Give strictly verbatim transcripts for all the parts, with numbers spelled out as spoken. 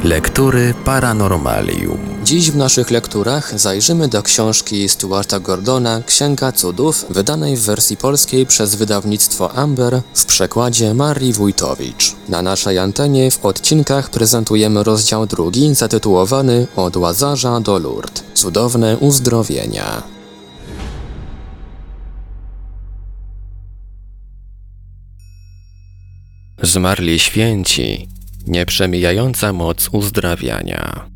Lektury Paranormalium. Dziś w naszych lekturach zajrzymy do książki Stuarta Gordona Księga Cudów, wydanej w wersji polskiej przez wydawnictwo Amber w przekładzie Marii Wójtowicz. Na naszej antenie w odcinkach prezentujemy rozdział drugi zatytułowany Od Łazarza do Lourdes. Cudowne uzdrowienia. Zmarli święci, nieprzemijająca moc uzdrawiania.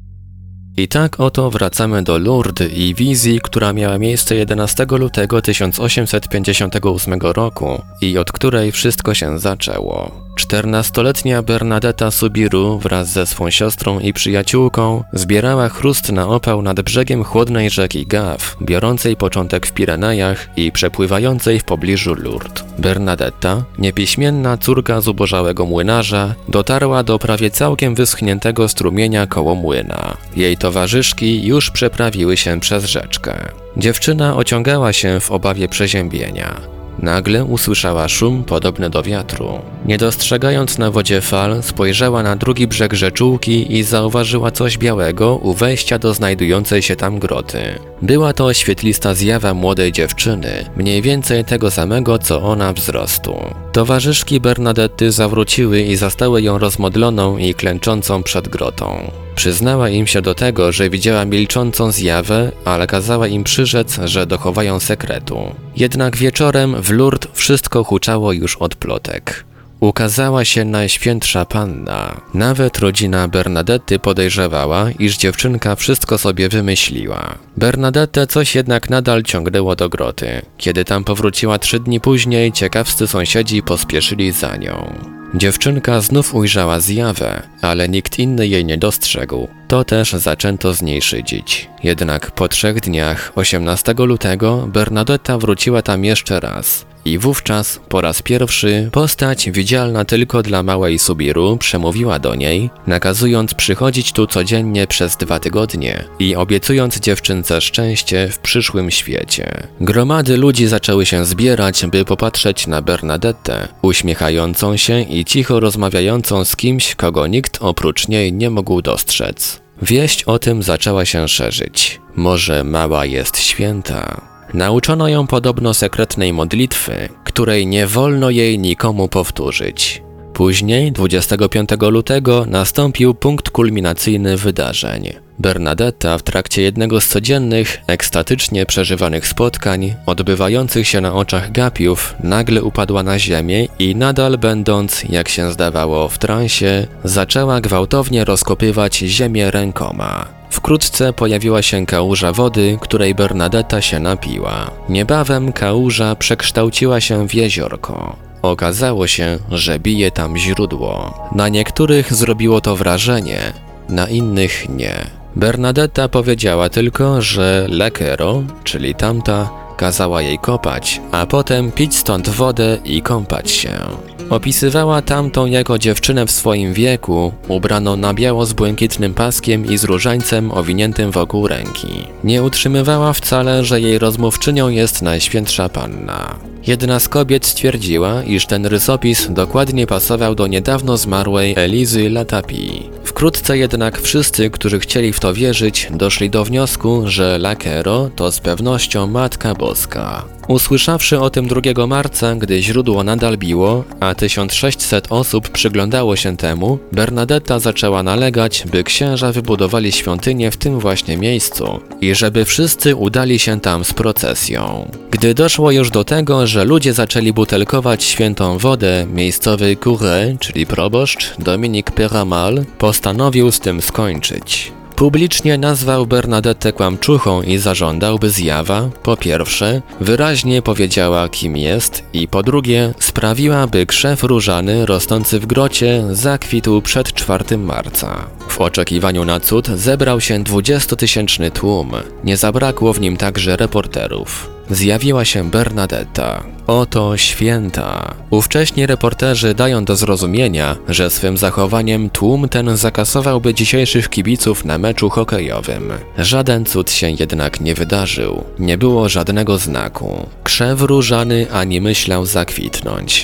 I tak oto wracamy do Lourdes i wizji, która miała miejsce jedenastego lutego tysiąc osiemset pięćdziesiątego ósmego roku i od której wszystko się zaczęło. czternastoletnia Bernadetta Soubirous wraz ze swą siostrą i przyjaciółką zbierała chrust na opał nad brzegiem chłodnej rzeki Gave, biorącej początek w Pirenejach i przepływającej w pobliżu Lourdes. Bernadetta, niepiśmienna córka zubożałego młynarza, dotarła do prawie całkiem wyschniętego strumienia koło młyna. Jej towarzyszki już przeprawiły się przez rzeczkę. Dziewczyna ociągała się w obawie przeziębienia. Nagle usłyszała szum podobny do wiatru. Nie dostrzegając na wodzie fal, spojrzała na drugi brzeg rzeczółki i zauważyła coś białego u wejścia do znajdującej się tam groty. Była to świetlista zjawa młodej dziewczyny, mniej więcej tego samego co ona wzrostu. Towarzyszki Bernadetty zawróciły i zastały ją rozmodloną i klęczącą przed grotą. Przyznała im się do tego, że widziała milczącą zjawę, ale kazała im przyrzec, że dochowają sekretu. Jednak wieczorem w Lourdes wszystko huczało już od plotek. Ukazała się Najświętsza Panna. Nawet rodzina Bernadetty podejrzewała, iż dziewczynka wszystko sobie wymyśliła. Bernadettę coś jednak nadal ciągnęło do groty. Kiedy tam powróciła trzy dni później, ciekawscy sąsiedzi pospieszyli za nią. Dziewczynka znów ujrzała zjawę, ale nikt inny jej nie dostrzegł. To też zaczęto z niej szydzić. Jednak po trzech dniach, osiemnastego lutego, Bernadetta wróciła tam jeszcze raz. I wówczas, po raz pierwszy, postać widzialna tylko dla małej Soubirous przemówiła do niej, nakazując przychodzić tu codziennie przez dwa tygodnie i obiecując dziewczynce szczęście w przyszłym świecie. Gromady ludzi zaczęły się zbierać, by popatrzeć na Bernadettę, uśmiechającą się i cicho rozmawiającą z kimś, kogo nikt oprócz niej nie mógł dostrzec. Wieść o tym zaczęła się szerzyć. Może mała jest święta? Nauczono ją podobno sekretnej modlitwy, której nie wolno jej nikomu powtórzyć. Później, dwudziestego piątego lutego, nastąpił punkt kulminacyjny wydarzeń. Bernadetta w trakcie jednego z codziennych, ekstatycznie przeżywanych spotkań, odbywających się na oczach gapiów, nagle upadła na ziemię i nadal będąc, jak się zdawało, w transie, zaczęła gwałtownie rozkopywać ziemię rękoma. Wkrótce pojawiła się kałuża wody, której Bernadetta się napiła. Niebawem kałuża przekształciła się w jeziorko. Okazało się, że bije tam źródło. Na niektórych zrobiło to wrażenie, na innych nie. Bernadetta powiedziała tylko, że Lekero, czyli tamta, kazała jej kopać, a potem pić stąd wodę i kąpać się. Opisywała tamtą jako dziewczynę w swoim wieku, ubraną na biało z błękitnym paskiem i z różańcem owiniętym wokół ręki. Nie utrzymywała wcale, że jej rozmówczynią jest Najświętsza Panna. Jedna z kobiet stwierdziła, iż ten rysopis dokładnie pasował do niedawno zmarłej Elizy Latapii. Wkrótce jednak wszyscy, którzy chcieli w to wierzyć, doszli do wniosku, że Lekero to z pewnością Matka Boska. Usłyszawszy o tym drugiego marca, gdy źródło nadal biło, a tysiąc sześćset osób przyglądało się temu, Bernadetta zaczęła nalegać, by księża wybudowali świątynię w tym właśnie miejscu i żeby wszyscy udali się tam z procesją. Gdy doszło już do tego, że ludzie zaczęli butelkować świętą wodę, miejscowy curé, czyli proboszcz, Dominique Peyramal, postanowił z tym skończyć. Publicznie nazwał Bernadettę kłamczuchą i zażądał, by zjawa, po pierwsze, wyraźnie powiedziała, kim jest i po drugie, sprawiła, by krzew różany rosnący w grocie zakwitł przed czwartego marca. W oczekiwaniu na cud zebrał się dwudziestotysięczny tłum. Nie zabrakło w nim także reporterów. Zjawiła się Bernadetta. Oto święta. Ówcześni reporterzy dają do zrozumienia, że swym zachowaniem tłum ten zakasowałby dzisiejszych kibiców na meczu hokejowym. Żaden cud się jednak nie wydarzył. Nie było żadnego znaku. Krzew różany ani myślał zakwitnąć.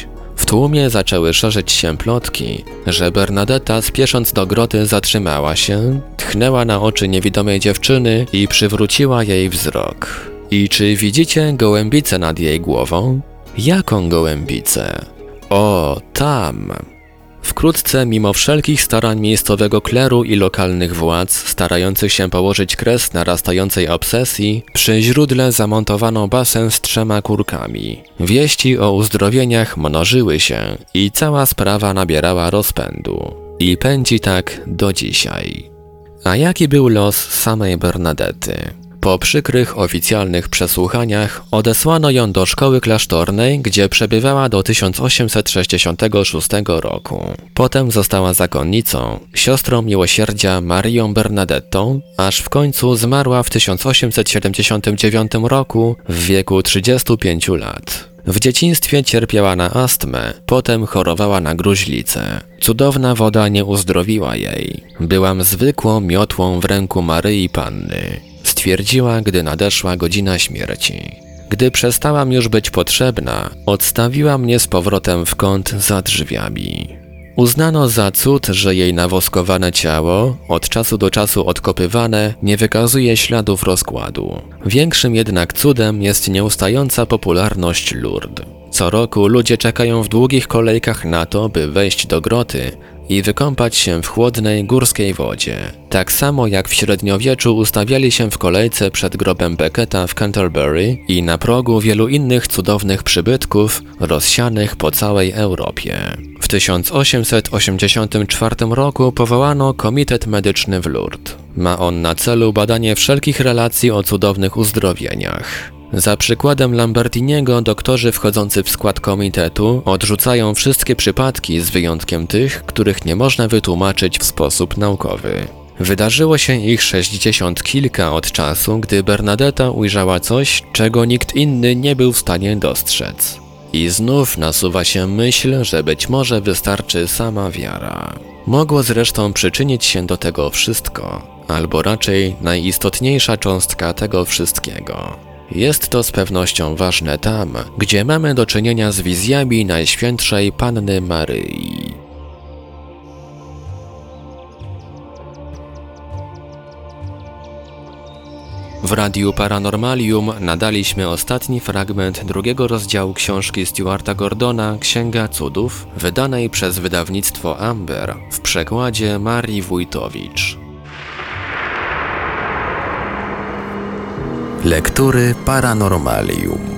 W tłumie zaczęły szerzyć się plotki, że Bernadetta, spiesząc do groty, zatrzymała się, tchnęła na oczy niewidomej dziewczyny i przywróciła jej wzrok. I czy widzicie gołębicę nad jej głową? Jaką gołębicę? O, tam! Wkrótce, mimo wszelkich starań miejscowego kleru i lokalnych władz, starających się położyć kres narastającej obsesji, przy źródle zamontowano basen z trzema kurkami. Wieści o uzdrowieniach mnożyły się i cała sprawa nabierała rozpędu. I pędzi tak do dzisiaj. A jaki był los samej Bernadety? Po przykrych oficjalnych przesłuchaniach odesłano ją do szkoły klasztornej, gdzie przebywała do tysiąc osiemset sześćdziesiątego szóstego roku. Potem została zakonnicą, siostrą miłosierdzia Marią Bernadettą, aż w końcu zmarła w tysiąc osiemset siedemdziesiątym dziewiątym roku w wieku trzydziestu pięciu lat. W dzieciństwie cierpiała na astmę, potem chorowała na gruźlicę. Cudowna woda nie uzdrowiła jej. Byłam zwykłą miotłą w ręku Maryi Panny. Stwierdziła, gdy nadeszła godzina śmierci. Gdy przestałam już być potrzebna, odstawiła mnie z powrotem w kąt za drzwiami. Uznano za cud, że jej nawoskowane ciało, od czasu do czasu odkopywane, nie wykazuje śladów rozkładu. Większym jednak cudem jest nieustająca popularność Lourdes. Co roku ludzie czekają w długich kolejkach na to, by wejść do groty i wykąpać się w chłodnej górskiej wodzie. Tak samo jak w średniowieczu ustawiali się w kolejce przed grobem Becketa w Canterbury i na progu wielu innych cudownych przybytków rozsianych po całej Europie. W tysiąc osiemset osiemdziesiątym czwartym roku powołano Komitet Medyczny w Lourdes. Ma on na celu badanie wszelkich relacji o cudownych uzdrowieniach. Za przykładem Lambertiniego doktorzy wchodzący w skład komitetu odrzucają wszystkie przypadki z wyjątkiem tych, których nie można wytłumaczyć w sposób naukowy. Wydarzyło się ich sześćdziesiąt kilka od czasu, gdy Bernadetta ujrzała coś, czego nikt inny nie był w stanie dostrzec. I znów nasuwa się myśl, że być może wystarczy sama wiara. Mogło zresztą przyczynić się do tego wszystko, albo raczej najistotniejsza cząstka tego wszystkiego. Jest to z pewnością ważne tam, gdzie mamy do czynienia z wizjami Najświętszej Panny Maryi. W Radiu Paranormalium nadaliśmy ostatni fragment drugiego rozdziału książki Stuarta Gordona Księga Cudów, wydanej przez wydawnictwo Amber w przekładzie Marii Wójtowicz. Lektury Paranormalium.